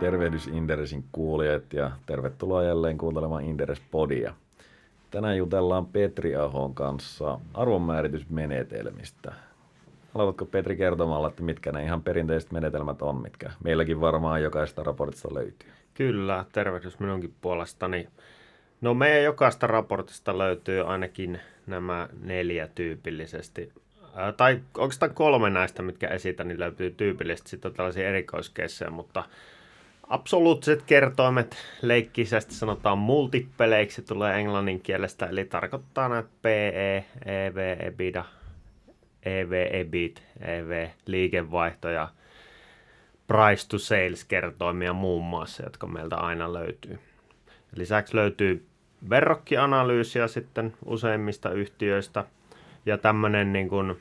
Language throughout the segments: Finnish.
Tervehdys Inderesin kuulijat ja tervetuloa jälleen kuuntelemaan Inderes-podia. Tänään jutellaan Petri Ahon kanssa arvonmääritysmenetelmistä. Aloitatko Petri kertomalla, että mitkä ne ihan perinteiset menetelmät on, mitkä meilläkin varmaan jokaisesta raportista löytyy? Kyllä, tervehdys minunkin puolestani. No meidän jokaista raportista löytyy ainakin nämä 4 tyypillisesti. Tai oikeastaan 3 näistä, mitkä esitän, niin löytyy tyypillisesti. Sitten on tällaisia erikoiskeissejä, mutta absoluuttiset kertoimet, leikkisästi sanotaan multippeleiksi, tulee englannin kielestä, eli tarkoittaa näitä PE, EV, EBITDA, EV, EBIT, EV, liikevaihto ja price to sales kertoimia muun muassa, jotka meiltä aina löytyy. Lisäksi löytyy verrokkianalyysiä sitten useimmista yhtiöistä ja tämmöinen niin kuin,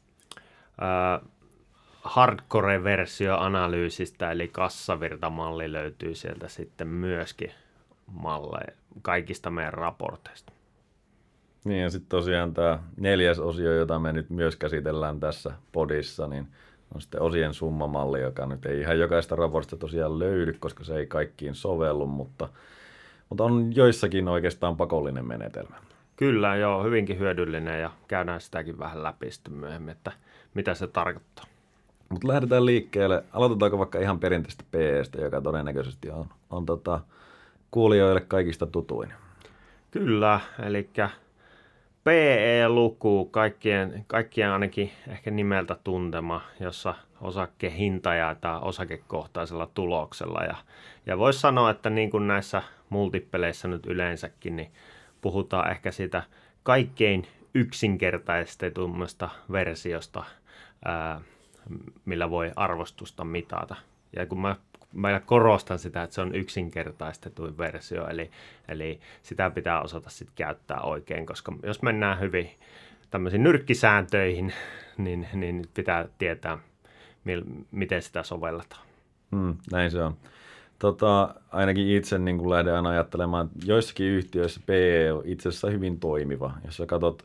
hardcore-versio analyysistä, eli kassavirtamalli löytyy sieltä sitten myöskin malleja kaikista meidän raporteista. Niin ja sitten tosiaan tämä 4. osio, jota me nyt myös käsitellään tässä podissa, niin on sitten osien summamalli, joka nyt ei ihan jokaista raportista tosiaan löydy, koska se ei kaikkiin sovellu, mutta on joissakin oikeastaan pakollinen menetelmä. Kyllä, joo, hyvinkin hyödyllinen ja käydään sitäkin vähän läpi sitten myöhemmin, että mitä se tarkoittaa. Mutta lähdetään liikkeelle. Aloitetaanko vaikka ihan perinteistä PEstä, joka todennäköisesti on kuulijoille kaikista tutuin? Kyllä, eli PE-luku, kaikkien ainakin ehkä nimeltä tuntema, jossa osakkehinta jaetaan osakekohtaisella tuloksella. Ja voisi sanoa, että niin kuin näissä multippeleissä nyt yleensäkin, niin puhutaan ehkä siitä kaikkein yksinkertaistetummasta versiosta, millä voi arvostusta mitata. Ja kun mä korostan sitä, että se on yksinkertaistetuin versio, eli sitä pitää osata sitten käyttää oikein, koska jos mennään hyvin tämmöisiin nyrkkisääntöihin, niin pitää tietää, miten sitä sovelletaan. Näin se on. Ainakin itse niin kun lähden aina ajattelemaan, että joissakin yhtiöissä PE on itse asiassa hyvin toimiva. Jos sä katsot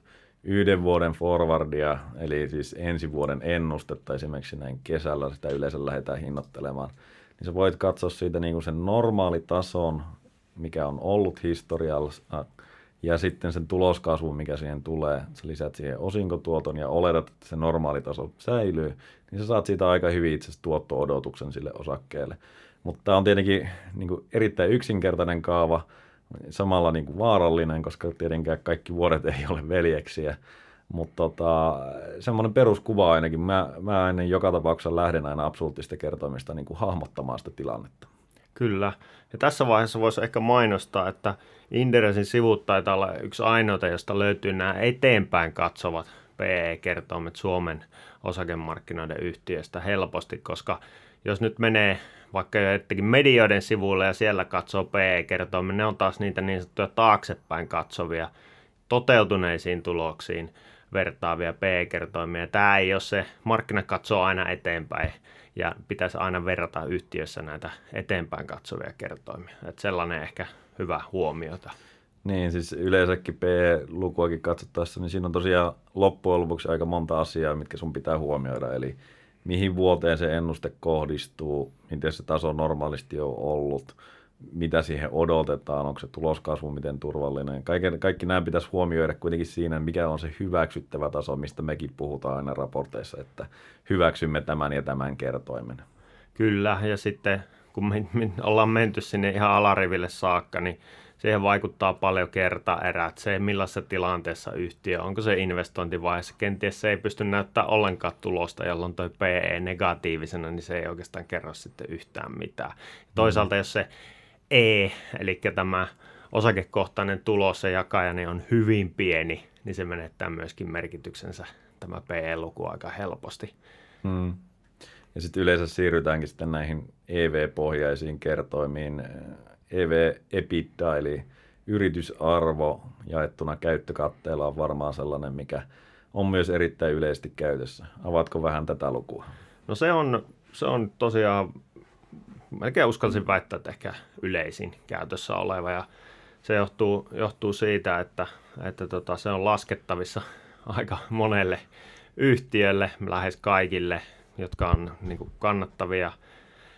1 vuoden forwardia, eli siis ensi vuoden ennustetta, esimerkiksi näin kesällä sitä yleensä lähdetään hinnoittelemaan, niin sä voit katsoa siitä niin kuin sen normaalitason, mikä on ollut historiassa, ja sitten sen tuloskasvun, mikä siihen tulee. Sä lisät siihen osinkotuoton ja oletat, että se normaalitaso säilyy, niin sä saat siitä aika hyvin itse asiassa tuotto-odotuksen sille osakkeelle. Mutta tämä on tietenkin niin kuin erittäin yksinkertainen kaava, samalla niin kuin vaarallinen, koska tietenkään kaikki vuodet ei ole veljeksiä. Mutta semmoinen peruskuva ainakin. Mä ennen joka tapauksessa lähden aina absoluuttista kertoimista niin kuin hahmottamaan sitä tilannetta. Kyllä. Ja tässä vaiheessa voisi ehkä mainostaa, että Inderesin sivut taitaa olla yksi ainoita, josta löytyy nämä eteenpäin katsovat PE-kertoimet Suomen osakemarkkinoiden yhtiöistä helposti, koska jos nyt menee vaikka jotenkin medioiden sivuille ja siellä katsoo PE-kertoimia, ne on taas niitä niin sanottuja taaksepäin katsovia toteutuneisiin tuloksiin vertaavia PE-kertoimia. Tämä ei ole se, markkina katsoo aina eteenpäin ja pitäisi aina verrata yhtiössä näitä eteenpäin katsovia kertoimia. Että sellainen ehkä hyvä huomiota. Niin, siis yleensäkin PE-lukuakin katsottaessa, niin siinä on tosiaan loppujen lopuksi aika monta asiaa, mitkä sun pitää huomioida. Eli mihin vuoteen se ennuste kohdistuu, miten se taso normaalisti on ollut, mitä siihen odotetaan, onko se tuloskasvu miten turvallinen. Kaikki nämä pitäisi huomioida kuitenkin siinä, mikä on se hyväksyttävä taso, mistä mekin puhutaan aina raporteissa, että hyväksymme tämän ja tämän kertoimen. Kyllä, ja sitten kun me ollaan menty sinne ihan alariville saakka, niin siihen vaikuttaa paljon kertaerät, se millaisessa tilanteessa yhtiö, onko se investointivaiheessa, kenties se ei pysty näyttämään ollenkaan tulosta, jolloin tuo PE negatiivisena, niin se ei oikeastaan kerro sitten yhtään mitään. Toisaalta jos se E, eli tämä osakekohtainen tulos, se jakaja, niin on hyvin pieni, niin se menettää myöskin merkityksensä tämä PE-luku aika helposti. Ja sitten yleensä siirrytäänkin sitten näihin EV-pohjaisiin kertoimiin. EV-EBITDA, eli yritysarvo jaettuna käyttökatteella on varmaan sellainen, mikä on myös erittäin yleisesti käytössä. Avaatko vähän tätä lukua? No se on tosiaan, melkein uskallisin väittää, että ehkä yleisin käytössä oleva, ja se johtuu siitä, että se on laskettavissa aika monelle yhtiölle, lähes kaikille, jotka on niin kuin kannattavia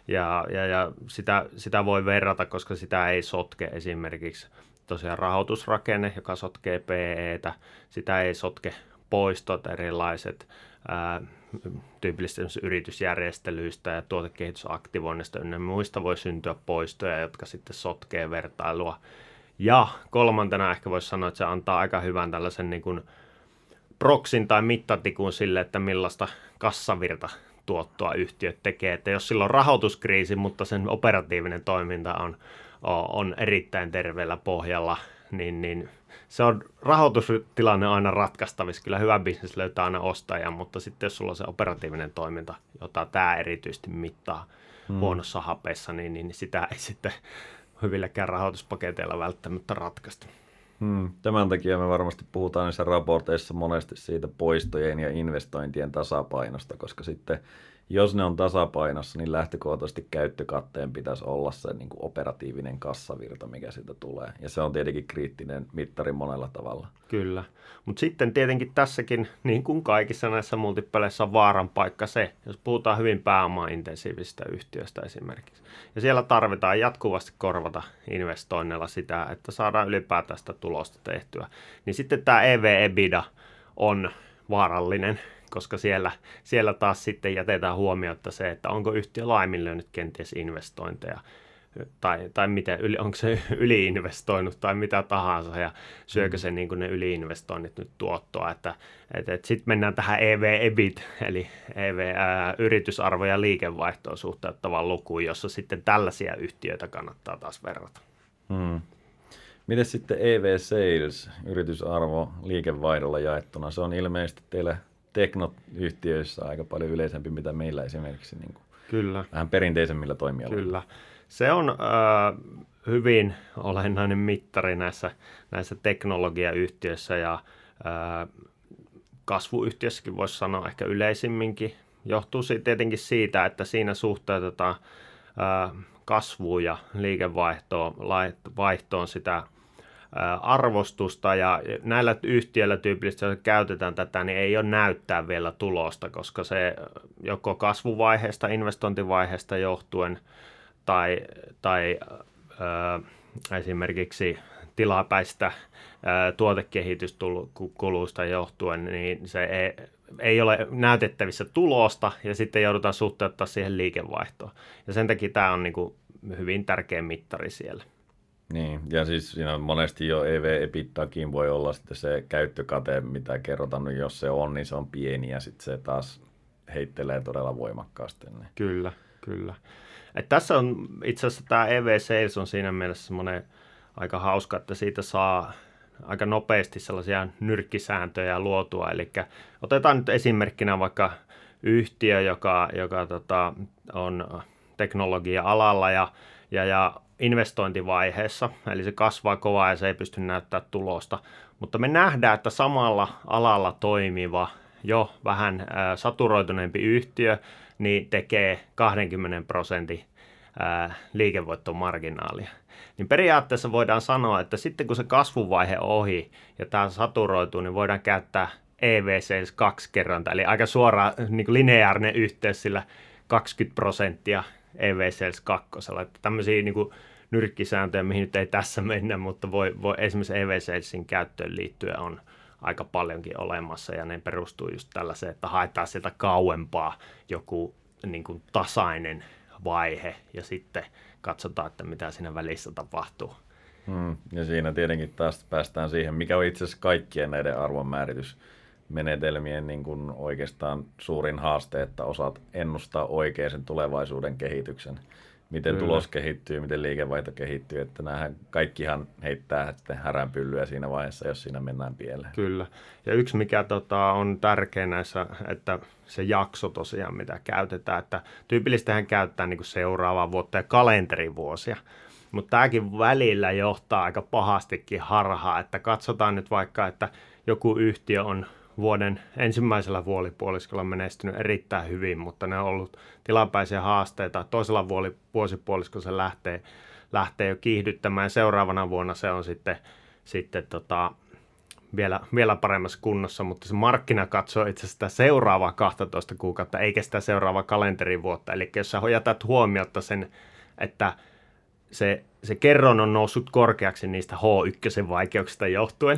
Ja sitä voi verrata, koska sitä ei sotke esimerkiksi tosiaan rahoitusrakenne, joka sotkee PEtä, sitä ei sotke poistot erilaiset, tyypillisesti yritysjärjestelyistä ja tuotekehitysaktivoinnista ynnä muista voi syntyä poistoja, jotka sitten sotkee vertailua. Ja kolmantena ehkä voisi sanoa, että se antaa aika hyvän tällaisen niin kuin proksin tai mittatikun sille, että millaista kassavirta tuottoa yhtiöt tekee. Että jos sillä on rahoituskriisi, mutta sen operatiivinen toiminta on erittäin terveellä pohjalla, niin se on rahoitustilanne aina ratkaistavissa. Kyllä hyvä bisnes löytää aina ostajan, mutta sitten jos sulla on se operatiivinen toiminta, jota tämä erityisesti mittaa huonossa hapeessa, niin sitä ei sitten hyvilläkään rahoituspaketeilla välttämättä ratkaista. Tämän takia me varmasti puhutaan niissä raporteissa monesti siitä poistojen ja investointien tasapainosta, koska sitten jos ne on tasapainossa, niin lähtökohtaisesti käyttökatteen pitäisi olla se niin kuin operatiivinen kassavirta, mikä siitä tulee. Ja se on tietenkin kriittinen mittari monella tavalla. Kyllä, mutta sitten tietenkin tässäkin, niin kuin kaikissa näissä multipeleissä on vaaran paikka se, jos puhutaan hyvin pääomaintensiivisistä yhtiöistä esimerkiksi. Ja siellä tarvitaan jatkuvasti korvata investoinneilla sitä, että saadaan ylipäätään sitä tulosta tehtyä. Niin sitten tämä EV/EBITDA on vaarallinen, koska siellä taas sitten jätetään huomiota se, että onko yhtiö laiminlyönyt kenties investointeja tai miten, onko se yliinvestoinut tai mitä tahansa ja syökö se niin kuin ne yliinvestoinnit nyt tuottoa. Että sitten mennään tähän EV/EBIT eli yritysarvo ja liikevaihtoon suhteuttavaan lukuun, jossa sitten tällaisia yhtiöitä kannattaa taas verrata. Miten sitten EV-sales, yritysarvo liikevaihdolla jaettuna? Se on ilmeisesti teillä teknoyhtiöissä aika paljon yleisempi, mitä meillä esimerkiksi niin kuin Kyllä. vähän perinteisemmillä toimialoilla. Kyllä. Se on hyvin olennainen mittari näissä teknologiayhtiöissä ja kasvuyhtiössäkin voisi sanoa ehkä yleisimminkin. Johtuu tietenkin siitä, että siinä suhteutetaan kasvuun ja liikevaihtoon sitä arvostusta, ja näillä yhtiöillä tyypillisesti, jos käytetään tätä, niin ei ole näyttää vielä tulosta, koska se joko kasvuvaiheesta, investointivaiheesta johtuen tai esimerkiksi tilapäistä tuotekehityskuluista johtuen, niin se ei ole näytettävissä tulosta, ja sitten joudutaan suhteuttaa siihen liikevaihtoon. Ja sen takia tämä on niin kuin hyvin tärkeä mittari siellä. Niin, ja siis siinä monesti jo EV/EBITDAkin voi olla sitten se käyttökate, mitä kerrotaan, no jos se on, niin se on pieni, ja sitten se taas heittelee todella voimakkaasti. Niin. Kyllä. Et tässä on itse asiassa tämä EV-sales on siinä mielessä semmoinen aika hauska, että siitä saa aika nopeasti sellaisia nyrkkisääntöjä luotua. Eli otetaan nyt esimerkkinä vaikka yhtiö, joka on teknologia-alalla ja investointivaiheessa, eli se kasvaa kovaa ja se ei pysty näyttämään tulosta. Mutta me nähdään, että samalla alalla toimiva, jo vähän saturoituneempi yhtiö, niin tekee 20% liikevoittomarginaalia. Niin periaatteessa voidaan sanoa, että sitten kun se kasvuvaihe ohi ja tämä saturoituu, niin voidaan käyttää EV-sales 2 kerranta, eli aika suora niin kuin lineaarinen yhteys sillä 20% EV-sales 2. Että tämmöisiä niin kuin nyrkkisääntöjä, mihin nyt ei tässä mennä, mutta voi esimerkiksi EV-salesin käyttöön liittyen on aika paljonkin olemassa, ja ne perustuu just tällaiseen, että haetaan sieltä kauempaa joku niin kuin tasainen vaihe, ja sitten katsotaan, että mitä siinä välissä tapahtuu. Ja siinä tietenkin taas päästään siihen, mikä on itse asiassa kaikkien näiden arvonmääritysmenetelmien niin kuin oikeastaan suurin haaste, että osaat ennustaa oikein sen tulevaisuuden kehityksen. Miten tulos kehittyy, miten liikevaihto kehittyy, että näähän kaikkihan heittää häränpyllyä siinä vaiheessa, jos siinä mennään pieleen. Kyllä. Ja yksi, mikä on tärkeä näissä, että se jakso tosiaan, mitä käytetään, että tyypillistähän käyttää niin kuin seuraavaa vuotta ja kalenterivuosia, mutta tämäkin välillä johtaa aika pahastikin harhaa, että katsotaan nyt vaikka, että joku yhtiö on vuoden ensimmäisellä vuosipuoliskolla menestynyt erittäin hyvin, mutta ne on ollut tilapäisiä haasteita. Toisella vuosipuoliskolla se lähtee jo kiihdyttämään, ja seuraavana vuonna se on sitten vielä paremmassa kunnossa, mutta se markkina katsoo itse asiassa sitä seuraavaa 12 kuukautta, eikä sitä seuraavaa kalenterivuotta. Eli jos sä jätät huomiota sen, että se kerron on noussut korkeaksi niistä H1-vaikeuksista johtuen,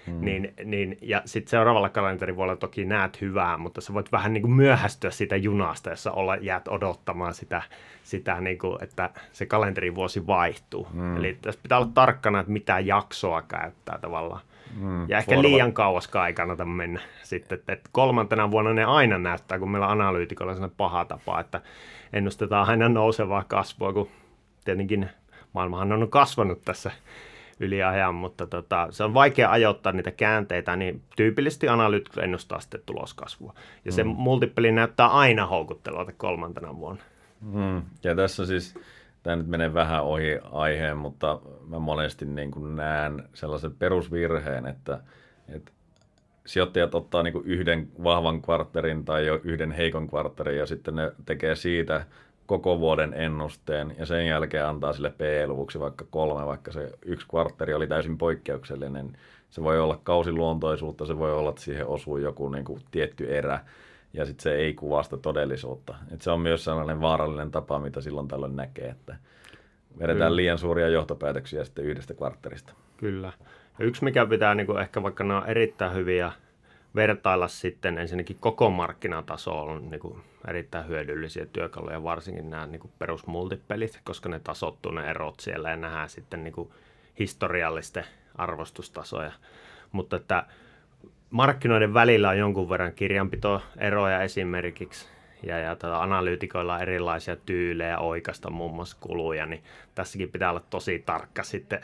ja sitten seuraavalla kalenterivuodella toki näet hyvää, mutta sä voit vähän niin kuin myöhästyä siitä junasta, jos sä jäät odottamaan sitä niin kuin, että se kalenterivuosi vaihtuu. Eli tässä pitää olla tarkkana, että mitä jaksoa käyttää tavallaan. Ja ehkä liian kauaskaan ei kannata mennä sitten, että 3. vuonna ne aina näyttää, kun meillä analyytikolla on sellainen paha tapa, että ennustetaan aina nousevaa kasvua, kun tietenkin maailmahan on kasvanut tässä yli ajan, mutta se on vaikea ajoittaa niitä käänteitä, niin tyypillisesti analyytikko ennustaa sitten tuloskasvua. Ja se multipeli näyttää aina houkuttelevalta 3. vuonna. Ja tässä siis, tämä nyt menee vähän ohi aiheen, mutta mä monesti niin kuin näen sellaisen perusvirheen, että sijoittajat ottaa niin kuin yhden vahvan kvartterin tai jo yhden heikon kvartterin ja sitten ne tekee siitä koko vuoden ennusteen ja sen jälkeen antaa sille PE-luvuksi vaikka 3, vaikka se yksi kvartteri oli täysin poikkeuksellinen. Se voi olla kausiluontoisuutta, se voi olla, että siihen osuu joku niin kuin tietty erä ja sitten se ei kuvasta todellisuutta. Et se on myös sellainen vaarallinen tapa, mitä silloin tällöin näkee, että vedetään liian suuria johtopäätöksiä sitten yhdestä kvartterista. Kyllä. Ja yksi, mikä pitää niin kuin ehkä vaikka nämä on erittäin hyviä vertailla sitten ensinnäkin koko markkinataso on niin kuin erittäin hyödyllisiä työkaluja, varsinkin nämä niin kuin perusmultipelit, koska ne tasoittuu ne erot siellä ja nähdään sitten niin kuin historiallisten arvostustasoja. Mutta että markkinoiden välillä on jonkun verran kirjanpitoeroja esimerkiksi ja analyytikoilla on erilaisia tyylejä oikaista muun muassa kuluja, niin tässäkin pitää olla tosi tarkka sitten,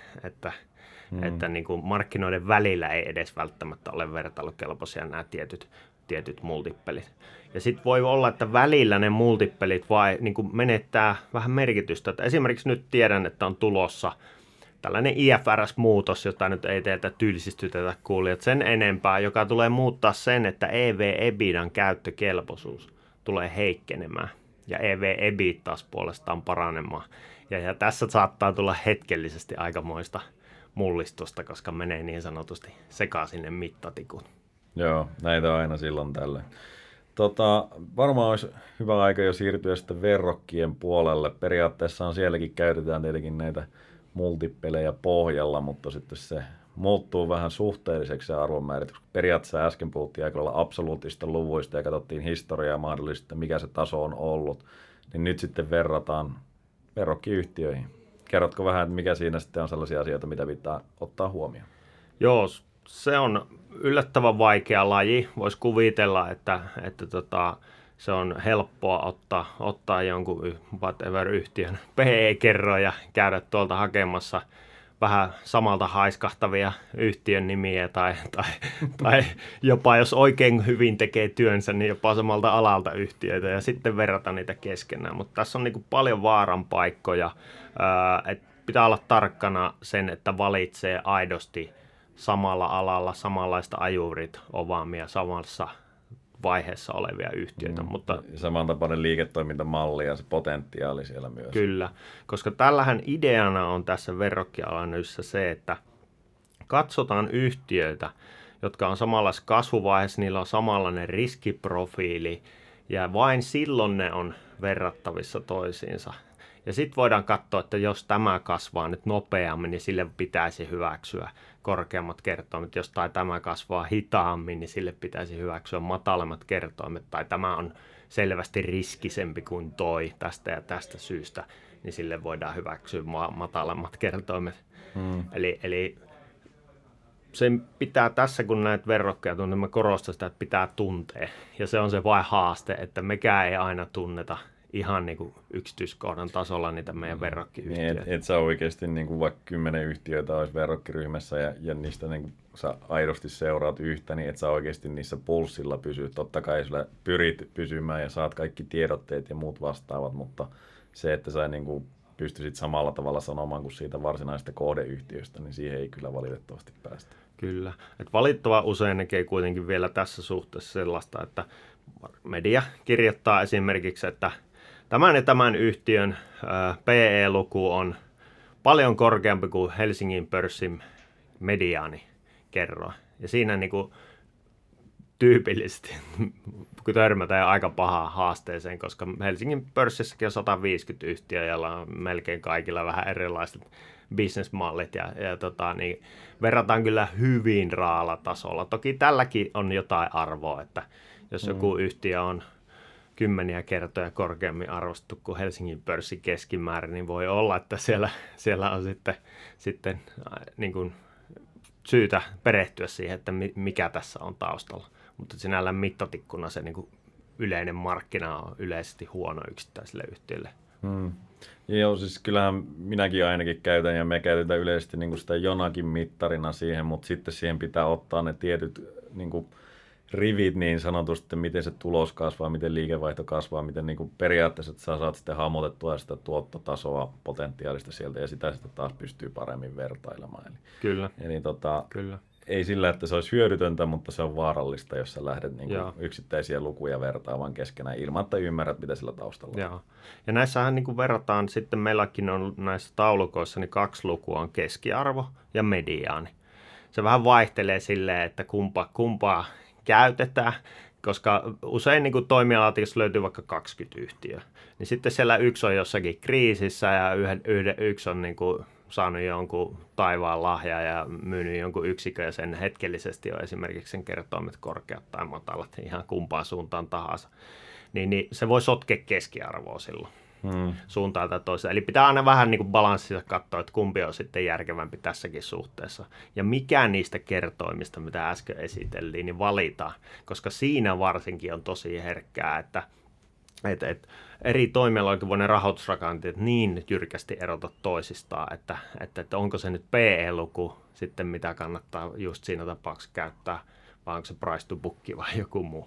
että niin kuin markkinoiden välillä ei edes välttämättä ole vertailukelpoisia nämä tietyt multipelit. Ja sitten voi olla, että välillä ne multipelit niin kuin menettää vähän merkitystä. Että esimerkiksi nyt tiedän, että on tulossa tällainen IFRS-muutos, jota nyt ei teiltä tylsistytetä kuulijat sen enempää, joka tulee muuttaa sen, että EV/EBITDAn käyttökelpoisuus tulee heikkenemään ja EV/EBIT taas puolestaan paranemaan. Ja tässä saattaa tulla hetkellisesti aikamoista mullistusta, koska menee niin sanotusti sekaisin ne mittatikut. Joo, näitä on aina silloin tällöin. Varmaan olisi hyvä aika jo siirtyä sitten verrokkien puolelle. Periaatteessa sielläkin käytetään tietenkin näitä multipelejä pohjalla, mutta sitten se muuttuu vähän suhteelliseksi se arvonmääritys. Periaatteessa äsken puhuttiin aika lailla absoluuttista luvuista ja katsottiin historiaa mahdollisesti, mikä se taso on ollut. Niin nyt sitten verrataan verrokkiyhtiöihin. Kerrotko vähän, että mikä siinä sitten on sellaisia asioita, mitä pitää ottaa huomioon? Joo, se on yllättävän vaikea laji. Voisi kuvitella, että se on helppoa ottaa jonkun whatever-yhtiön PE-kerroin ja käydä tuolta hakemassa vähän samalta haiskahtavia yhtiön nimiä tai jopa jos oikein hyvin tekee työnsä, niin jopa samalta alalta yhtiöitä ja sitten verrata niitä keskenään. Mutta tässä on niinku paljon vaaran paikkoja, että pitää olla tarkkana sen, että valitsee aidosti samalla alalla samanlaista ajurit ovaamia samassa vaiheessa olevia yhtiöitä. Mutta samantapainen liiketoimintamalli ja se potentiaali siellä myös. Kyllä, koska tällähän ideana on tässä verrokkianalyysissa se, että katsotaan yhtiöitä, jotka on samanlaisessa kasvuvaiheessa, niillä on samanlainen riskiprofiili ja vain silloin ne on verrattavissa toisiinsa. Ja sitten voidaan katsoa, että jos tämä kasvaa nyt nopeammin, niin sille pitäisi hyväksyä korkeammat kertoimet. Jos tämä kasvaa hitaammin, niin sille pitäisi hyväksyä matalemmat kertoimet. Tai tämä on selvästi riskisempi kuin toi tästä ja tästä syystä, niin sille voidaan hyväksyä matalemmat kertoimet. Eli sen pitää tässä, kun näitä verrokkeja tuntuu, niin mä korostan sitä, että pitää tuntea. Ja se on se vain haaste, että mekään ei aina tunneta ihan niin kuin yksityiskohdan tasolla niitä meidän verrokkiyhtiöitä. Niin, et sä oikeasti niin kuin vaikka 10 yhtiöitä olisi verrokkiryhmässä ja niistä niin kuin sä aidosti seuraat yhtä, niin et sä oikeasti niissä pulssilla pysy. Totta kai sulla pyrit pysymään ja saat kaikki tiedotteet ja muut vastaavat, mutta se, että sä niin kuin pystyisit samalla tavalla sanomaan kuin siitä varsinaisesta kohdeyhtiöstä, niin siihen ei kyllä valitettavasti päästä. Kyllä. Et valittavan usein näkee kuitenkin vielä tässä suhteessa sellaista, että media kirjoittaa esimerkiksi, että tämän ja tämän yhtiön PE-luku on paljon korkeampi kuin Helsingin pörssin mediaani. kerroin. Ja siinä niin kuin tyypillisesti kun törmätään aika pahaan haasteeseen, koska Helsingin pörssissäkin on 150 yhtiöä, joilla on melkein kaikilla vähän erilaiset bisnesmallit ja niin verrataan kyllä hyvin raalla tasolla. Toki tälläkin on jotain arvoa, että jos joku yhtiö on 10 kertoja korkeammin arvostettu kuin Helsingin pörssi keskimäärin, niin voi olla, että siellä on sitten niin kuin syytä perehtyä siihen, että mikä tässä on taustalla. Mutta sinällään mittatikkuna se niin kuin yleinen markkina on yleisesti huono yksittäisille yhtiöille. Joo, siis kyllähän minäkin ainakin käytän ja me käytetään yleisesti niin kuin sitä jonakin mittarina siihen, mutta sitten siihen pitää ottaa ne tietyt niin kuin rivit niin sanotusti, miten se tulos kasvaa, miten liikevaihto kasvaa, miten niin kuin periaatteessa että sä saat sitten hahmotettua sitä tuottotasoa potentiaalista sieltä ja sitä sitten taas pystyy paremmin vertailemaan. Kyllä. Eli Kyllä. Ei sillä, että se olisi hyödytöntä, mutta se on vaarallista, jos sä lähdet niin kuin yksittäisiä lukuja vertaamaan keskenään ilman, että ymmärrät, mitä sillä taustalla on. Joo. Ja näissähän niin kuin verrataan, sitten meilläkin on näissä taulukoissa, niin 2 lukua on keskiarvo ja mediaani. Se vähän vaihtelee silleen, että kumpaa käytetään, koska usein niin kuin toimialatiikossa löytyy vaikka 20 yhtiöä. Niin sitten siellä yksi on jossakin kriisissä ja yksi on niin kuin saanut jonkun taivaan lahja ja myynyt jonkun yksikön ja sen hetkellisesti on esimerkiksi sen kertoimet korkeat tai matalat ihan kumpaan suuntaan tahansa. Niin se voi sotkea keskiarvoa silloin suuntaan tai toiseen. Eli pitää aina vähän niin kuin balanssissa katsoa, että kumpi on sitten järkevämpi tässäkin suhteessa. Ja mikä niistä kertoimista, mitä äsken esiteltiin, niin valitaan. Koska siinä varsinkin on tosi herkkää, että eri toimialoilla voi ne rahoitusrakenteet niin jyrkästi erota toisistaan, että onko se nyt PE-luku sitten, mitä kannattaa just siinä tapauksessa käyttää, vai onko se price to book vai joku muu.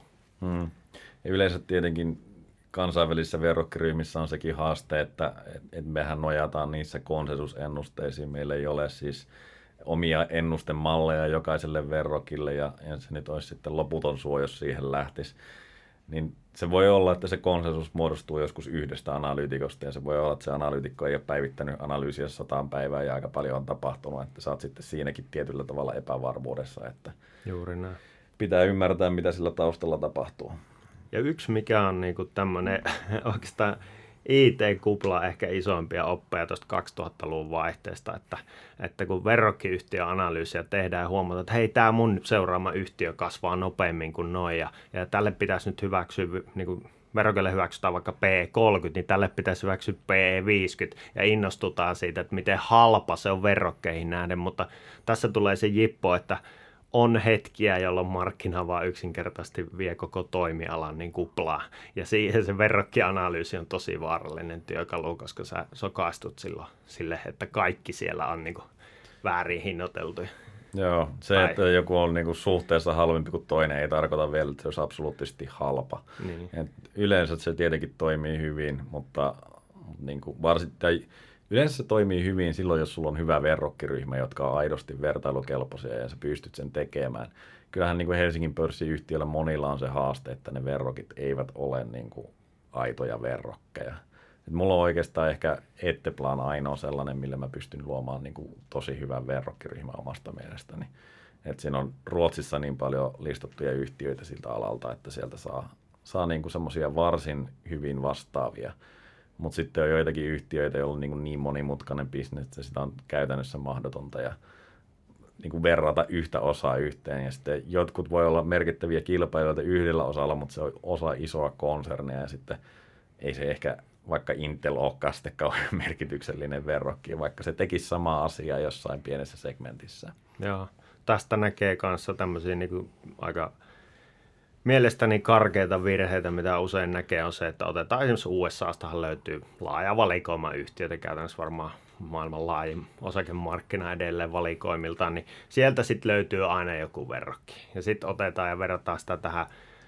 Ja yleensä tietenkin kansainvälisissä verrokkiryhmissä on sekin haaste, että mehän nojataan niissä konsensusennusteisiin. Meillä ei ole siis omia ennustemalleja jokaiselle verrokille ja se nyt olisi sitten loputon suo, jos siihen lähtisi. Niin se voi olla, että se konsensus muodostuu joskus yhdestä analyytikosta ja se voi olla, että se analyytikko ei ole päivittänyt analyysiä 100 päivää ja aika paljon on tapahtunut, että sä oot sitten siinäkin tietyllä tavalla epävarmuudessa, että juuri näin. Pitää ymmärtää, mitä sillä taustalla tapahtuu. Ja yksi, mikä on niinku tämmöinen oikeastaan IT-kupla ehkä isoimpia oppeja tuosta 2000-luvun vaihteesta, että kun verrokkiyhtiöanalyysiä tehdään ja huomataan, että hei, tämä mun seuraama yhtiö kasvaa nopeammin kuin noin, ja tälle pitäisi nyt hyväksyä, niin kuin verrokille hyväksytään vaikka PE30, niin tälle pitäisi hyväksyä PE50, ja innostutaan siitä, että miten halpa se on verrokkeihin nähden, mutta tässä tulee se jippo, että on hetkiä, jolloin markkina vaan yksinkertaisesti vie koko toimialan niin kuplaa. Ja siihen se verrokkianalyysi on tosi vaarallinen työkalu, koska sä sokaistut silloin sille, että kaikki siellä on niin kuin väärin hinnoiteltu. Joo, että joku on niin kuin suhteessa halvempi kuin toinen ei tarkoita vielä, että se olisi absoluuttisesti halpa. Niin. Yleensä se tietenkin toimii hyvin, mutta niin kuin yleensä se toimii hyvin silloin, jos sulla on hyvä verrokkiryhmä, jotka on aidosti vertailukelpoisia ja sä pystyt sen tekemään. Kyllähän niin kuin Helsingin pörssiyhtiöllä monilla on se haaste, että ne verrokit eivät ole niin kuin aitoja verrokkeja. Et mulla on oikeastaan ehkä Etteplan ainoa sellainen, millä mä pystyn luomaan niin kuin tosi hyvän verrokkiryhmän omasta mielestäni. Et siinä on Ruotsissa niin paljon listattuja yhtiöitä siltä alalta, että sieltä saa niin kuin semmoisia varsin hyvin vastaavia. Mutta sitten on joitakin yhtiöitä, joilla on niin monimutkainen bisnes, että sitä on käytännössä mahdotonta ja niin kuin verrata yhtä osaa yhteen. Ja sitten jotkut voi olla merkittäviä kilpailijoita yhdellä osalla, mutta se on osa isoa konsernia ja sitten ei se ehkä vaikka Intel olekaan sitten kauhean merkityksellinen verrokki, vaikka se tekisi samaa asiaa jossain pienessä segmentissä. Joo, tästä näkee kanssa tämmöisiä niin kuin aika mielestäni karkeita virheitä, mitä usein näkee, on se, että otetaan esimerkiksi USAstahan löytyy laaja valikoima yhtiöitä, käytännössä varmaan maailman laajin osakemarkkina edelleen valikoimiltaan, niin sieltä sitten löytyy aina joku verrokki. Ja sitten otetaan ja verrataan sitä tähän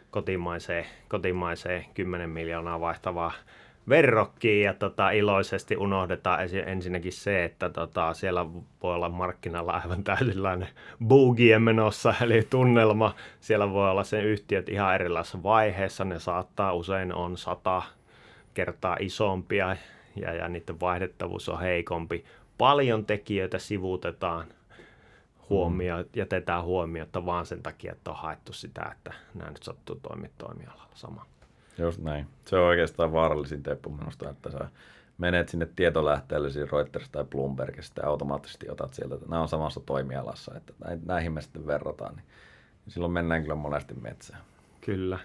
kotimaiseen 10 miljoonaa vaihtavaa verrokkiin ja iloisesti unohdetaan ensinnäkin se, että siellä voi olla markkinalla aivan täydelläinen boogie menossa, eli tunnelma. Siellä voi olla sen yhtiöt ihan erilaisessa vaiheessa, ne saattaa usein on 100 kertaa isompia ja niiden vaihdettavuus on heikompi. Paljon tekijöitä sivuutetaan jätetään huomiota vaan sen takia, että on haettu sitä, että nämä nyt sattuu toimialalla sama. Just näin. Se on oikeastaan vaarallisin teppu minusta, että sä menet sinne tietolähteelle, siis Reuters tai Bloomberg, ja sitten automaattisesti otat sieltä, että nämä on samassa toimialassa, että näihin me sitten verrataan, niin silloin mennään kyllä monesti metsään. Kyllä.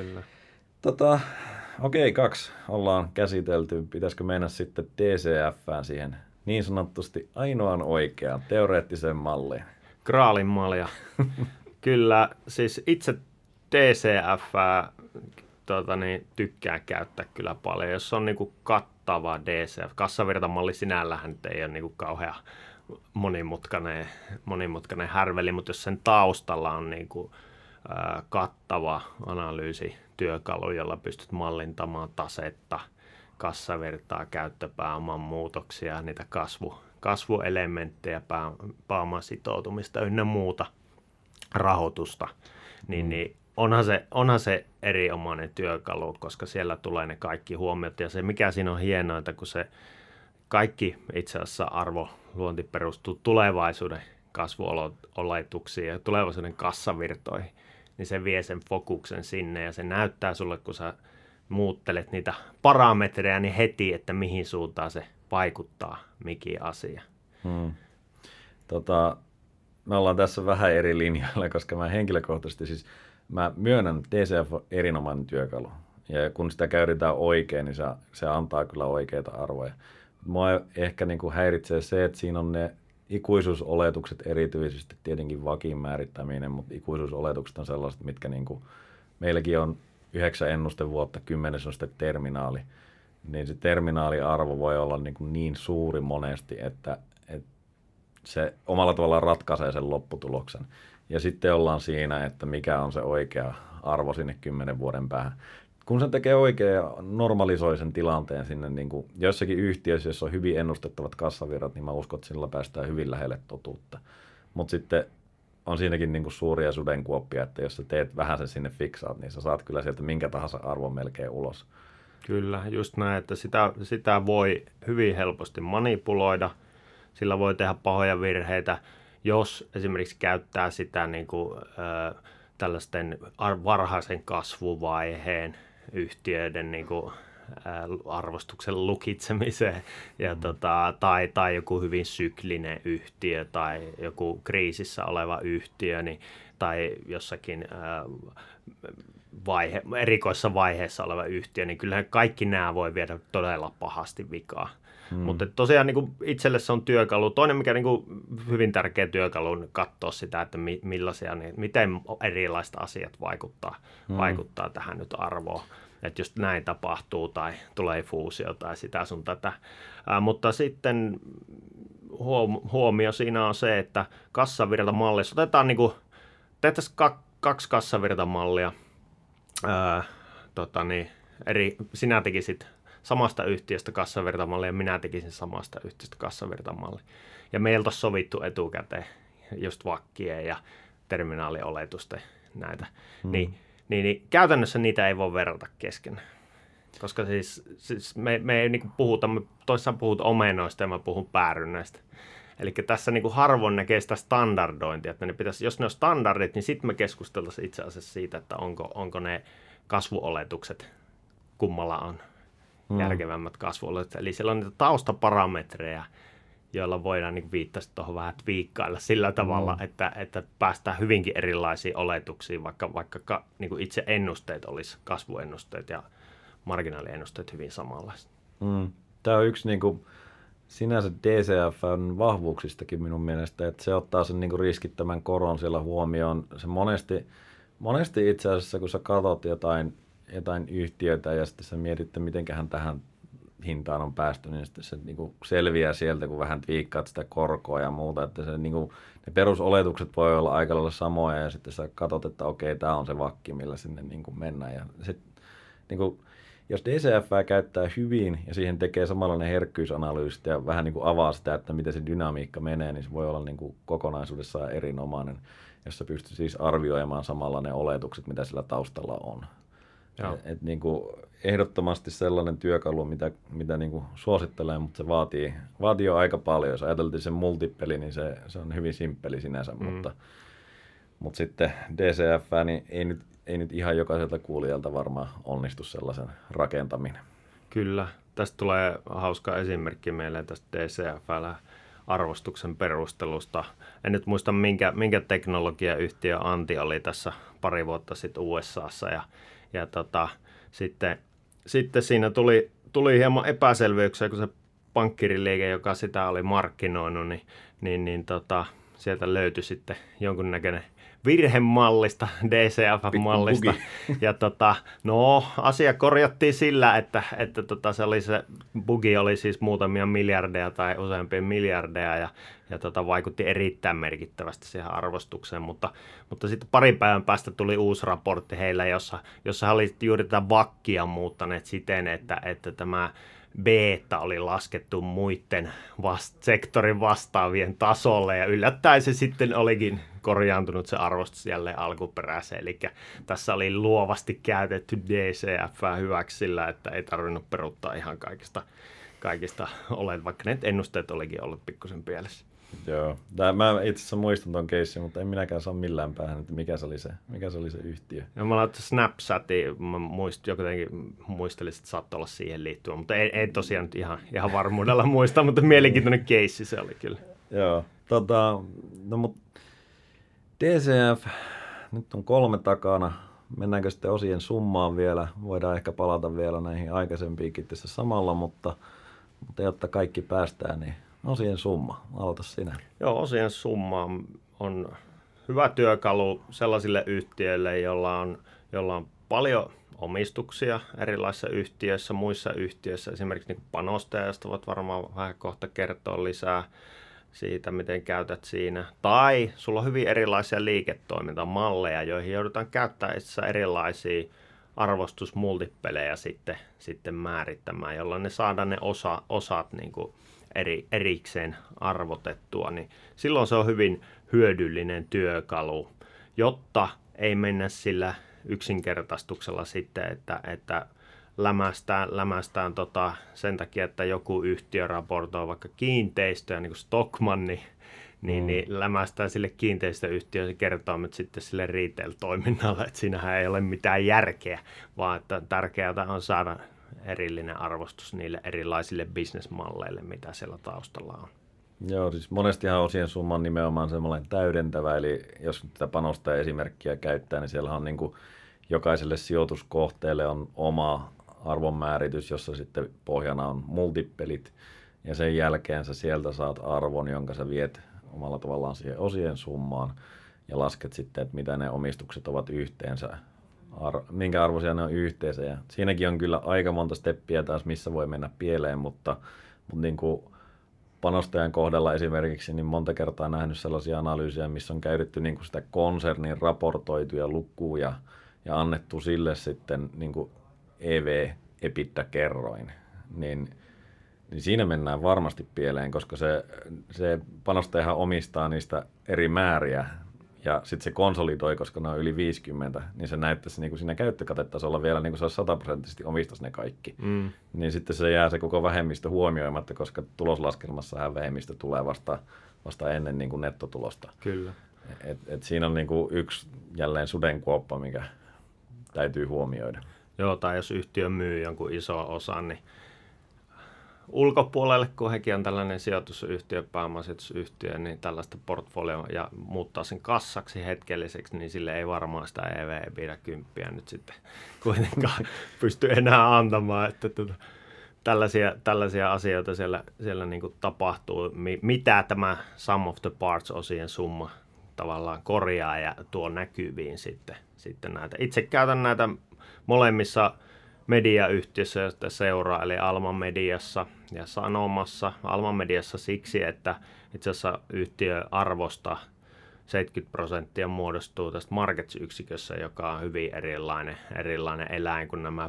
Okei, 2 ollaan käsitelty. Pitäisikö mennä sitten DCF:ään siihen niin sanotusti ainoan oikeaan teoreettiseen malliin? Graalin malja. Kyllä, siis itse DCF:ää tykkään käyttää kyllä paljon. Jos on niinku kattava DCF, kassavirtamalli sinällähän nyt ei ole niinku kauhean monimutkainen härveli, mutta jos sen taustalla on niinku, kattava analyysityökalu, jolla pystyt mallintamaan tasetta, kassavirtaa, käyttöpääoman muutoksia, niitä kasvuelementtejä, pääoman sitoutumista ynnä muuta rahoitusta, niin onhan se erinomainen työkalu, koska siellä tulee ne kaikki huomiot. Ja se, mikä siinä on hienointa, kun se kaikki itse asiassa arvoluonti perustuu tulevaisuuden kasvuoletuksiin ja tulevaisuuden kassavirtoihin, niin se vie sen fokuksen sinne ja se näyttää sulle, kun sä muuttelet niitä parametreja, niin heti, että mihin suuntaan se vaikuttaa mikin asia. Me ollaan tässä vähän eri linjoilla, koska mä henkilökohtaisesti siis mä myönnän, että DCF on erinomainen työkalu. Ja kun sitä käytetään oikein, niin se antaa kyllä oikeita arvoja. Mua ehkä niin kuin häiritsee se, että siinä on ne ikuisuusoletukset erityisesti, tietenkin vakiin määrittäminen, mutta ikuisuusoletukset on sellaiset, mitkä niin kuin, meilläkin on 9 ennustevuotta, 10 on sitten terminaali. Niin se terminaaliarvo voi olla niin suuri monesti, että se omalla tavallaan ratkaisee sen lopputuloksen. Ja sitten ollaan siinä, että mikä on se oikea arvo sinne 10 vuoden päähän. Kun se tekee oikein ja normalisoi sen tilanteen sinne niin kuin jossakin yhtiössä, jossa on hyvin ennustettavat kassavirrat, niin mä uskon, että sillä päästään hyvin lähelle totuutta. Mutta sitten on siinäkin niin kuin suuria sudenkuoppia, että jos sä teet vähän sen sinne fiksaat, niin sä saat kyllä sieltä minkä tahansa arvon melkein ulos. Kyllä, just näin, että sitä voi hyvin helposti manipuloida. Sillä voi tehdä pahoja virheitä, jos esimerkiksi käyttää sitä niin kuin, tällaisten varhaisen kasvuvaiheen yhtiöiden niin kuin, arvostuksen lukitsemiseen ja tai joku hyvin syklinen yhtiö tai joku kriisissä oleva yhtiö tai jossakin erikoisessa vaiheessa oleva yhtiö, niin kyllähän kaikki nämä voi viedä todella pahasti vikaa. Mutta tosiaan niin kuin itselle se on työkalu. Toinen, mikä niin kuin hyvin tärkeä työkalu, on katsoa sitä, että miten erilaiset asiat vaikuttaa tähän nyt arvoon. Että jos näin tapahtuu tai tulee fuusio tai sitä sun tätä. Mutta sitten huomio siinä on se, että kassavirtamallissa otetaan tehtäisiin 2 kassavirtamallia. Sinä tekisit samasta yhtiöstä kassavirtamallia ja minä tekisin samasta yhtiöstä kassavirtamallia. Ja meiltä on sovittu etukäteen just vakkien ja terminaalioletusten näitä. Niin käytännössä niitä ei voi verrata keskenään. Koska siis me ei niin puhuta, me toissaan puhut omenoista ja mä puhun päärynäistä. Eli tässä niin harvoin näkee sitä standardointia, että jos ne on standardit, niin sitten me keskusteltaisiin itse asiassa siitä, että onko ne kasvuoletukset, kummalla on järkevämmät kasvuoletukset. Eli siellä on niitä taustaparametreja, joilla voidaan niin viittasi tuohon vähän twiikkailla sillä tavalla, että päästään hyvinkin erilaisiin oletuksiin, vaikka niin itse ennusteet olisi kasvuennusteet ja marginaaliennusteet hyvin samanlaiset. Tämä on yksi niin kuin, sinänsä DCF:n vahvuuksistakin minun mielestä, että se ottaa sen niin kuin riskittömän koron siellä huomioon. Se monesti itse asiassa, kun sä katsot jotain yhtiötä ja sitten sä mietit, että mitenköhän tähän hintaan on päästy, niin sitten se niin kuin selviää sieltä, kun vähän twiikkaat sitä korkoa ja muuta, että se, niin kuin, ne perusoletukset voi olla aika lailla samoja ja sitten sä katsot, että okei, tämä on se vakki, millä sinne niin kuin mennään. Ja sit, niin kuin, jos DCF käyttää hyvin ja siihen tekee samanlainen herkkyysanalyysi ja vähän niin kuin avaa sitä, että miten se dynamiikka menee, niin se voi olla niin kuin kokonaisuudessaan erinomainen, jos sä pystyt siis arvioimaan samalla ne oletukset, mitä sillä taustalla on. Et niin kuin ehdottomasti sellainen työkalu, mitä niin kuin suosittelen, mutta se vaatii jo aika paljon. Jos ajateltiin sen multipeli, niin se on hyvin simppeli sinänsä, mutta sitten DCF, niin ei nyt ihan jokaiselta kuulijalta varmaan onnistu sellaisen rakentaminen. Kyllä. Tästä tulee hauska esimerkki meille tästä DCF-arvostuksen perustelusta. En nyt muista, minkä teknologiayhtiö Anti oli tässä pari vuotta sitten USAssa. Ja sitten siinä tuli hieman epäselvyyksiä, kun se pankkiiriliike, joka sitä oli markkinoinut, niin sieltä löytyi sitten jonkunnäköinen virhemallista, DCF-mallista. Ja asia korjattiin sillä, että se bugi oli siis muutamia miljardeja tai useampia miljardeja ja vaikutti erittäin merkittävästi siihen arvostukseen, mutta sitten parin päivän päästä tuli uusi raportti heillä, jossa he olivat juuri tätä vakkia muuttaneet siten, että tämä beta oli laskettu muiden sektorin vastaavien tasolle ja yllättäen se sitten olikin korjaantunut se arvostus jälleen alkuperäiseen. Eli tässä oli luovasti käytetty DCF hyväksi sillä, että ei tarvinnut peruuttaa ihan kaikista vaikka ne ennusteet olikin ollut pikkusen pielessä. Joo, mä itse asiassa muistan ton keissin, mutta en minäkään saa millään päähän, että mikä se oli se yhtiö. No, mä laitan Snapchatiin, jotenkin muistelisin, että saattoi olla siihen liittyvä, mutta ei tosiaan nyt ihan varmuudella muista, mutta mielenkiintoinen keissi se oli kyllä. Joo, no mut DCF, nyt on 3 takana, mennäänkö sitten osien summaan vielä, voidaan ehkä palata vielä näihin aikaisempiinkin tässä samalla, mutta jotta kaikki päästään, niin osien summa, aloita sinä. Joo, osien summa on hyvä työkalu sellaisille yhtiöille, joilla on paljon omistuksia erilaisissa yhtiöissä, muissa yhtiöissä. Esimerkiksi niin panostajasta voit varmaan vähän kohta kertoa lisää siitä, miten käytät siinä. Tai sulla on hyvin erilaisia liiketoimintamalleja, joihin joudutaan käyttämään erilaisia arvostusmultipelejä sitten määrittämään, jolloin ne saadaan ne osat niin kuin erikseen arvotettua, niin silloin se on hyvin hyödyllinen työkalu, jotta ei mennä sillä yksinkertaistuksella sitten, että lämästään sen takia, että joku yhtiö raportoi vaikka kiinteistöä, niin kuin Stockmann, niin lämästään sille kiinteistöyhtiölle kertoimet sitten sille retail-toiminnalle, että siinähän ei ole mitään järkeä, vaan että tärkeää on saada erillinen arvostus niille erilaisille bisnesmalleille, mitä siellä taustalla on. Joo, siis monestihan osien summa on nimenomaan semmoinen täydentävä, eli jos tätä panostaja esimerkkiä käyttää, niin siellä on niin kuin jokaiselle sijoituskohteelle on oma arvonmääritys, jossa sitten pohjana on multipelit, ja sen jälkeen sä sieltä saat arvon, jonka sä viet omalla tavallaan siihen osien summaan, ja lasket sitten, että mitä ne omistukset ovat yhteensä, minkä arvoisia ne on yhteensä. Ja siinäkin on kyllä aika monta steppiä taas, missä voi mennä pieleen, mutta niin kuin panostajan kohdalla esimerkiksi niin monta kertaa nähnyt sellaisia analyysejä, missä on käytetty niin kuin sitä konsernin raportoituja lukuja ja annettu sille sitten niin kuin EV-EBITDA-kerroin. Niin siinä mennään varmasti pieleen, koska se panostajahan omistaa niistä eri määriä, ja sitten se konsolidoi, koska ne on yli 50, niin se näyttäisi niin kuin siinä käyttökatetasolla vielä, niin kuin se olisi 100% omistaisi ne kaikki. Niin sitten se jää se koko vähemmistö huomioimatta, koska tuloslaskelmassahan vähemmistö tulee vasta ennen niin kuin nettotulosta. Kyllä. Et siinä on niin kuin yksi jälleen sudenkuoppa, mikä täytyy huomioida. Joo, tai jos yhtiö myy jonkun ison osan, niin ulkopuolelle, kun hekin on tällainen sijoitusyhtiö, pääomasijoitusyhtiö, niin tällaista portfolioa ja muuttaa sen kassaksi hetkelliseksi, niin sille ei varmaan sitä EV-EBITDA-10 nyt sitten kuitenkaan pysty enää antamaan, että tällaisia asioita siellä niin kuin tapahtuu, mitä tämä sum of the parts-osien summa tavallaan korjaa ja tuo näkyviin sitten näitä. Itse käytän näitä molemmissa mediayhtiössä, josta seuraa, eli Alma Mediassa ja Sanomassa. Alma Mediassa siksi, että itse asiassa yhtiön arvosta 70% muodostuu tästä Markets-yksikössä, joka on hyvin erilainen eläin kuin nämä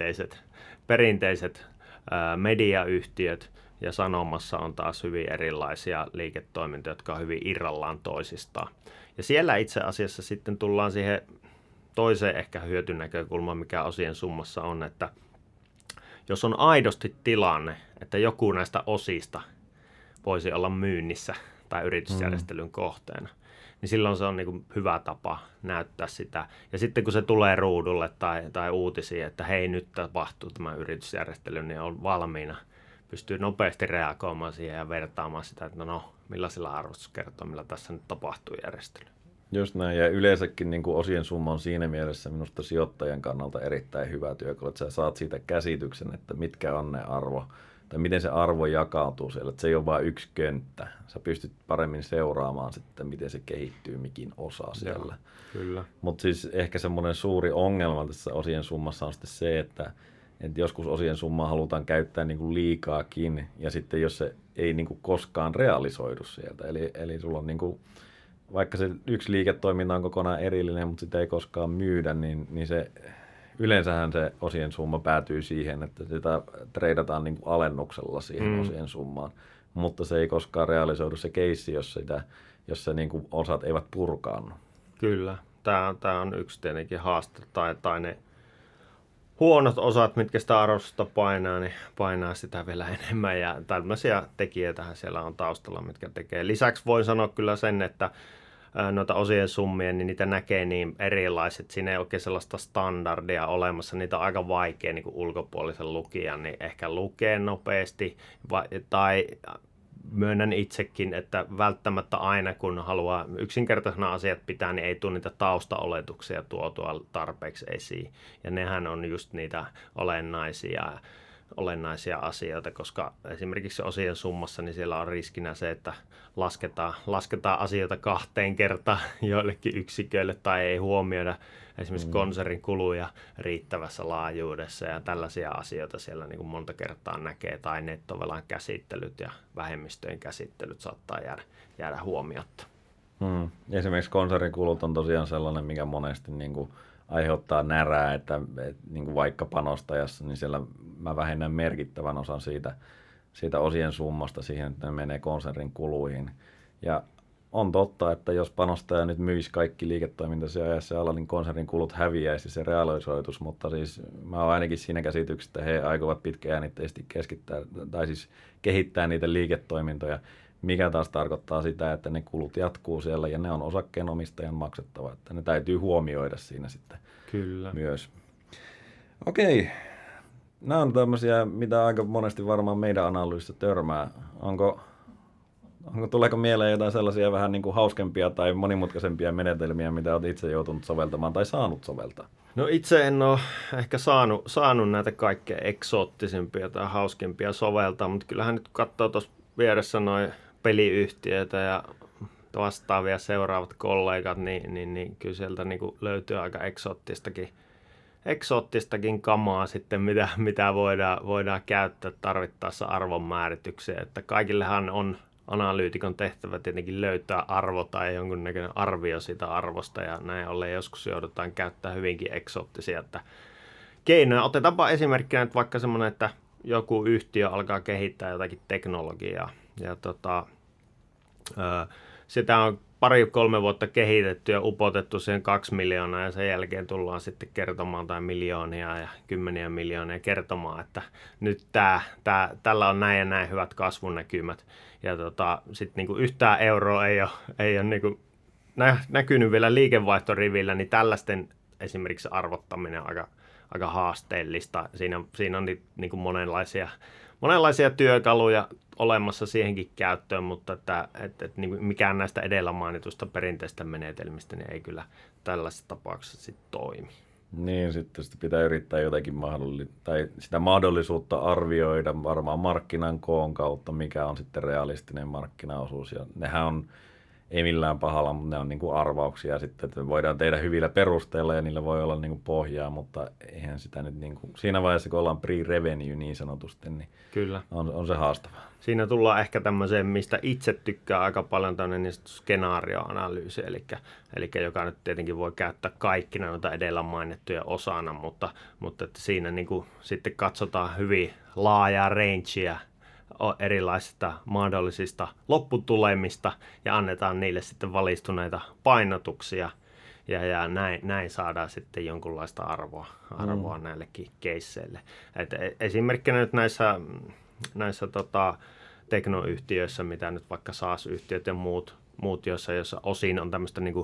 perinteiset mediayhtiöt. Ja Sanomassa on taas hyvin erilaisia liiketoimintoja, jotka on hyvin irrallaan toisistaan. Ja siellä itse asiassa sitten tullaan siihen toiseen ehkä hyötynäkökulmaan, mikä osien summassa on, että jos on aidosti tilanne, että joku näistä osista voisi olla myynnissä tai yritysjärjestelyn kohteena, niin silloin se on niin kuin hyvä tapa näyttää sitä. Ja sitten kun se tulee ruudulle tai uutisiin, että hei, nyt tapahtuu tämä yritysjärjestely, niin on valmiina. Pystyy nopeasti reagoimaan siihen ja vertaamaan sitä, että no millaisilla arvostuskertoimilla tässä nyt tapahtuu järjestely. Just näin, ja yleensäkin niin kuin osien summa on siinä mielessä minusta sijoittajan kannalta erittäin hyvä työkalu, että sä saat siitä käsityksen, että mitkä on ne arvo, tai miten se arvo jakautuu siellä, että se ei ole vain yksi könttä. Sä pystyt paremmin seuraamaan sitten, miten se kehittyy mikin osa siellä. Kyllä. Mutta siis ehkä semmoinen suuri ongelma tässä osien summassa on sitten se, että joskus osien summaa halutaan käyttää niin kuin liikaakin, ja sitten jos se ei niin kuin koskaan realisoidu sieltä, eli sulla on niin kuin, vaikka se yksi liiketoiminta on kokonaan erillinen, mutta sitä ei koskaan myydä, niin se yleensähän se osien summa päätyy siihen, että sitä treidataan niin kuin alennuksella siihen osien summaan, mutta se ei koskaan realisoidu se keissi, jos se niin kuin osat eivät purkaannu. Kyllä, tämä on yksi tietenkin haaste, tai ne huonot osat, mitkä sitä arvostusta painaa, niin painaa sitä vielä enemmän, ja tällaisia tekijöitähän siellä on taustalla, mitkä tekee. Lisäksi voin sanoa kyllä sen, että noita osien summia, niin niitä näkee niin erilaiset. Siinä ei oikein sellaista standardia olemassa. Niitä on aika vaikea niin kuin ulkopuolisen lukijan niin ehkä lukea nopeasti. Tai myönnän itsekin, että välttämättä aina kun haluaa yksinkertaisena asiat pitää, niin ei tule niitä taustaoletuksia tuotua tarpeeksi esiin. Ja nehän on just niitä olennaisia asioita, koska esimerkiksi osien summassa niin siellä on riskinä se, että lasketaan asioita 2 kertaa joillekin yksiköille tai ei huomioida esimerkiksi konsernin kuluja riittävässä laajuudessa ja tällaisia asioita siellä niin kuin monta kertaa näkee tai nettovelan käsittelyt ja vähemmistöjen käsittelyt saattaa jäädä huomiotta. Esimerkiksi konsernin kulut on tosiaan sellainen, mikä monesti niin kuin aiheuttaa närää, että niin kuin vaikka panostajassa, niin siellä mä vähennän merkittävän osan siitä osien summasta siihen, että ne menee konsernin kuluihin. Ja on totta, että jos panostaja nyt myisi kaikki liiketoimintaisia ajassa alla, niin konsernin kulut häviäisi se realisoitus, mutta siis mä oon ainakin siinä käsityksessä, että he aikovat pitkäjännitteisesti kehittää niitä liiketoimintoja, mikä taas tarkoittaa sitä, että ne kulut jatkuu siellä ja ne on osakkeenomistajan maksettava, että ne täytyy huomioida siinä sitten Kyllä. myös. Okei, nämä on tämmöisiä, mitä aika monesti varmaan meidän analyysissä törmää. Tuleeko mieleen jotain sellaisia vähän niin kuin hauskempia tai monimutkaisempia menetelmiä, mitä olet itse joutunut soveltamaan tai saanut soveltaa? No itse en ole ehkä saanut näitä kaikkein eksoottisempia tai hauskimpia soveltaa, mutta kyllähän nyt katsoo tuossa vieressä noin peliyhtiöitä ja vastaavia seuraavat kollegat, niin kyllä sieltä niin kuin löytyy aika eksoottistakin kamaa sitten, mitä voidaan käyttää tarvittaessa arvonmääritykseen. Että kaikillehan on analyytikon tehtävä tietenkin löytää arvo tai jonkunnäköinen arvio siitä arvosta, ja näin ollen joskus joudutaan käyttämään hyvinkin eksoottisia keinoja. Otetaanpa esimerkkinä nyt vaikka semmoinen, että joku yhtiö alkaa kehittää jotakin teknologiaa, ja sitä on 2-3 vuotta kehitetty ja upotettu siihen 2 miljoonaa, ja sen jälkeen tullaan sitten kertomaan tai miljoonia ja 10 miljoonia kertomaan, että nyt tällä on näin ja näin hyvät kasvunäkymät. Ja sitten niinku yhtään euroa ei ole niinku näkynyt vielä liikevaihtorivillä, niin tällaisten esimerkiksi arvottaminen on aika haasteellista. Siinä on niinku monenlaisia työkaluja olemassa siihenkin käyttöön, mutta että mikään näistä edellä mainitusta perinteistä menetelmistä niin ei kyllä tällaisessa tapauksessa sit toimi. Niin, sitten pitää yrittää jotakin tai sitä mahdollisuutta arvioida varmaan markkinan koon kautta, mikä on sitten realistinen markkinaosuus. Ja nehän ei millään pahalla, mutta ne on niin kuin arvauksia sitten, että voidaan tehdä hyvillä perusteilla ja niillä voi olla niin kuin pohjaa, mutta eihän sitä nyt niin kuin, siinä vaiheessa, kun ollaan pre-revenue niin sanotusti, niin kyllä. On se haastavaa. Siinä tullaan ehkä tämmöiseen, mistä itse tykkää aika paljon tämmöinen niin skenaarioanalyysi, eli joka nyt tietenkin voi käyttää kaikkina noita edellä mainittuja osana, mutta että siinä niin kuin sitten katsotaan hyvin laajaa rangea erilaisista mahdollisista lopputulemista ja annetaan niille sitten valistuneita painotuksia. ja näin saadaan sitten jonkunlaista arvoa näillekin keisseille. Et esimerkkinä nyt näissä teknoyhtiöissä, mitä nyt vaikka SaaS-yhtiöt ja muut joissa osin on tämmöistä niin kuin,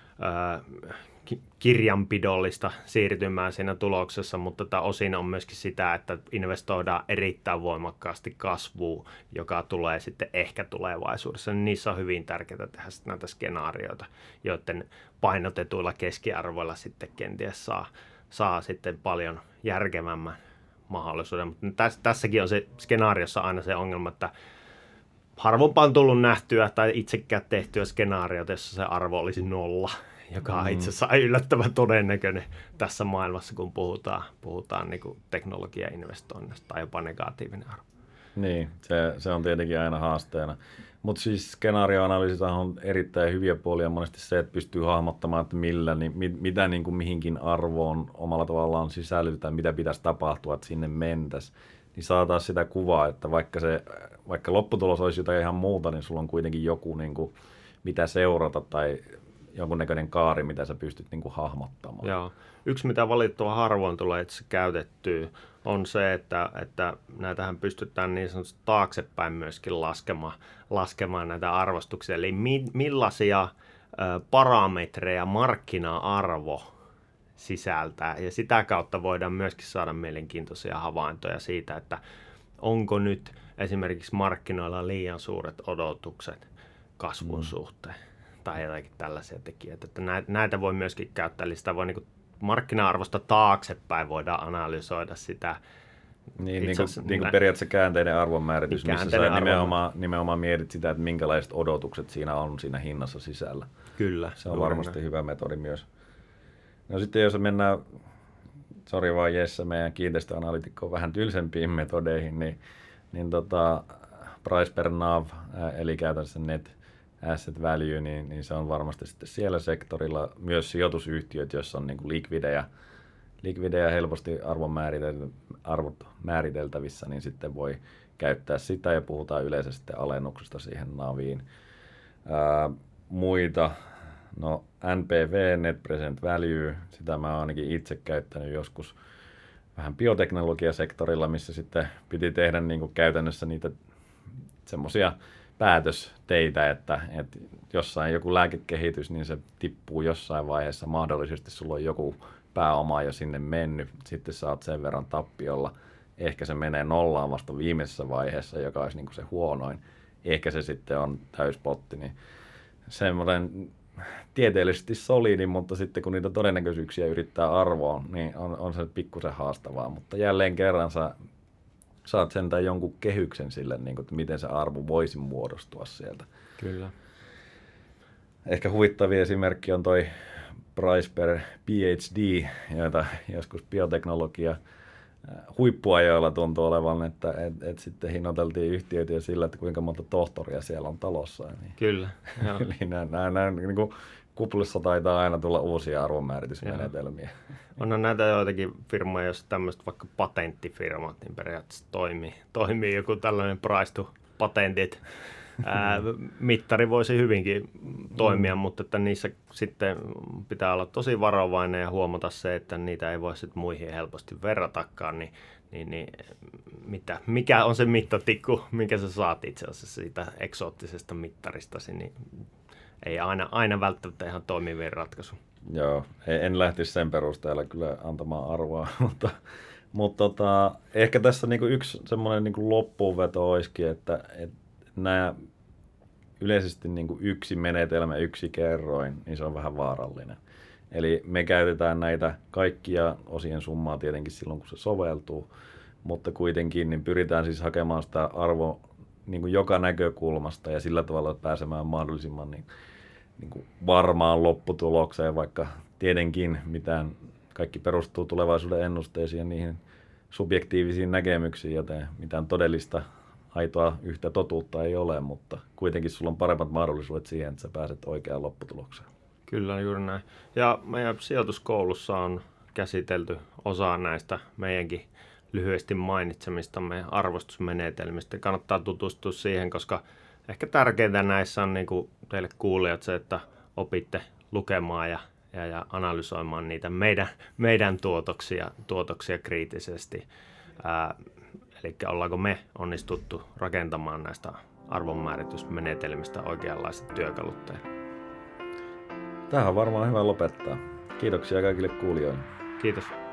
kirjanpidollista siirtymää siinä tuloksessa, mutta tämä osin on myöskin sitä, että investoidaan erittäin voimakkaasti kasvuun, joka tulee sitten ehkä tulevaisuudessa. Niissä on hyvin tärkeää tehdä näitä skenaarioita, joiden painotetuilla keskiarvoilla sitten kenties saa sitten paljon järkevämmän mahdollisuuden. Mutta tässäkin on se skenaariossa aina se ongelma, että harvoinpa on tullut nähtyä tai itsekään tehtyä skenaariota, jossa se arvo olisi 0. Joka on itse asiassa yllättävän todennäköinen tässä maailmassa, kun puhutaan niin kuin teknologiainvestoinnista tai jopa negatiivinen arvo. Niin, se on tietenkin aina haasteena. Mutta siis skenaarioanalyysit on erittäin hyviä puolia. Monesti se, että pystyy hahmottamaan, että mitä niin kuin mihinkin arvoon omalla tavallaan sisällytetään, mitä pitäisi tapahtua, että sinne mentäisiin. Niin saataisiin sitä kuvaa, että vaikka lopputulos olisi jotain ihan muuta, niin sulla on kuitenkin joku, niin kuin, mitä seurata tai jonkunnäköinen kaari, mitä sä pystyt niin kuin hahmottamaan. Joo. Yksi, mitä valitettavan harvoin tulee itse käytettyä, on se, että näitähän pystytään niin sanotusti taaksepäin myöskin laskemaan näitä arvostuksia. Eli millaisia parametreja markkina-arvo sisältää. Ja sitä kautta voidaan myöskin saada mielenkiintoisia havaintoja siitä, että onko nyt esimerkiksi markkinoilla liian suuret odotukset kasvun suhteen. Tai jotakin tällaisia tekijöitä. Että näitä voi myöskin käyttää, eli sitä voi niin kuin markkina-arvosta taaksepäin voidaan analysoida sitä. Niin kuin periaatteessa käänteinen arvonmääritys, missä sä nimenomaan mietit sitä, että minkälaiset odotukset siinä on siinä hinnassa sisällä. Kyllä. Se on varmasti hyvä metodi myös. No sitten jos mennään, sori vaan Jesse, meidän kiinteistöanalyytikko vähän tylsempiin metodeihin, niin price per NAV, eli käytännössä net asset value, niin se on varmasti sitten siellä sektorilla. Myös sijoitusyhtiöt, joissa on niin kuin likvidejä helposti arvot määriteltävissä, niin sitten voi käyttää sitä ja puhutaan yleensä sitten alennuksesta siihen NAViin. Muita, no NPV, Net Present Value, sitä mä oon ainakin itse käyttänyt joskus vähän bioteknologiasektorilla, missä sitten piti tehdä niin kuin käytännössä niitä semmoisia päätösteitä, että jossain joku lääkekehitys, niin se tippuu jossain vaiheessa. Mahdollisesti sulla on joku pääoma jo sinne mennyt. Sitten sä oot sen verran tappiolla. Ehkä se menee nollaan vasta viimeisessä vaiheessa, joka olisi niin kuin se huonoin. Ehkä se sitten on täyspotti. Niin semmoinen tieteellisesti solidi, mutta sitten kun niitä todennäköisyyksiä yrittää arvoa, niin on se pikkusen haastavaa. Mutta jälleen kerran saat sentään jonkun kehyksen sille, niin kuin, että miten se arvo voisi muodostua sieltä. Kyllä. Ehkä huvittavia esimerkki on toi price per PhD, joita joskus bioteknologia huippuajoilla tuntuu olevan, että sitten hinnoiteltiin yhtiöitä ja sillä, että kuinka monta tohtoria siellä on talossa. Niin. Kyllä. Eli nämä niin kuin kuplissa taitaa aina tulla uusia arvonmääritysmenetelmiä. On näitä joitakin firmoja, jos tämmöiset vaikka patenttifirmat, niin periaatteessa toimii joku tällainen price to patentit. Mittari voisi hyvinkin toimia, mutta että niissä sitten pitää olla tosi varovainen ja huomata se, että niitä ei voi sitten muihin helposti verratakaan, niin mikä on se mittatikku, minkä sä saat itse asiassa siitä eksoottisesta mittaristasi, niin ei aina välttämättä ihan toimivien ratkaisu. Joo, en lähtisi sen perusteella kyllä antamaan arvoa, mutta ehkä tässä niinku yksi semmoinen niinku loppuunveto olisikin, että nämä yleisesti niinku yksi menetelmä, yksi kerroin, niin se on vähän vaarallinen. Eli me käytetään näitä kaikkia osien summaa tietenkin silloin, kun se soveltuu, mutta kuitenkin niin pyritään siis hakemaan sitä arvoa niin joka näkökulmasta ja sillä tavalla pääsemään mahdollisimman niin kuin varmaan lopputulokseen, vaikka tietenkin kaikki perustuu tulevaisuuden ennusteisiin ja niihin subjektiivisiin näkemyksiin, joten mitään todellista aitoa yhtä totuutta ei ole, mutta kuitenkin sulla on paremmat mahdollisuudet siihen, että sä pääset oikeaan lopputulokseen. Kyllä, juuri näin. Ja meidän sijoituskoulussa on käsitelty osa näistä meidänkin lyhyesti mainitsemistamme arvostusmenetelmistä. Kannattaa tutustua siihen, koska ehkä tärkeintä näissä on niin kuin teille kuulijat se, että opitte lukemaan ja ja analysoimaan niitä meidän tuotoksia kriittisesti. Eli ollaanko me onnistuttu rakentamaan näistä arvonmääritysmenetelmistä oikeanlaiset työkalut teille. Tähän on varmaan hyvä lopettaa. Kiitoksia kaikille kuulijoille. Kiitos.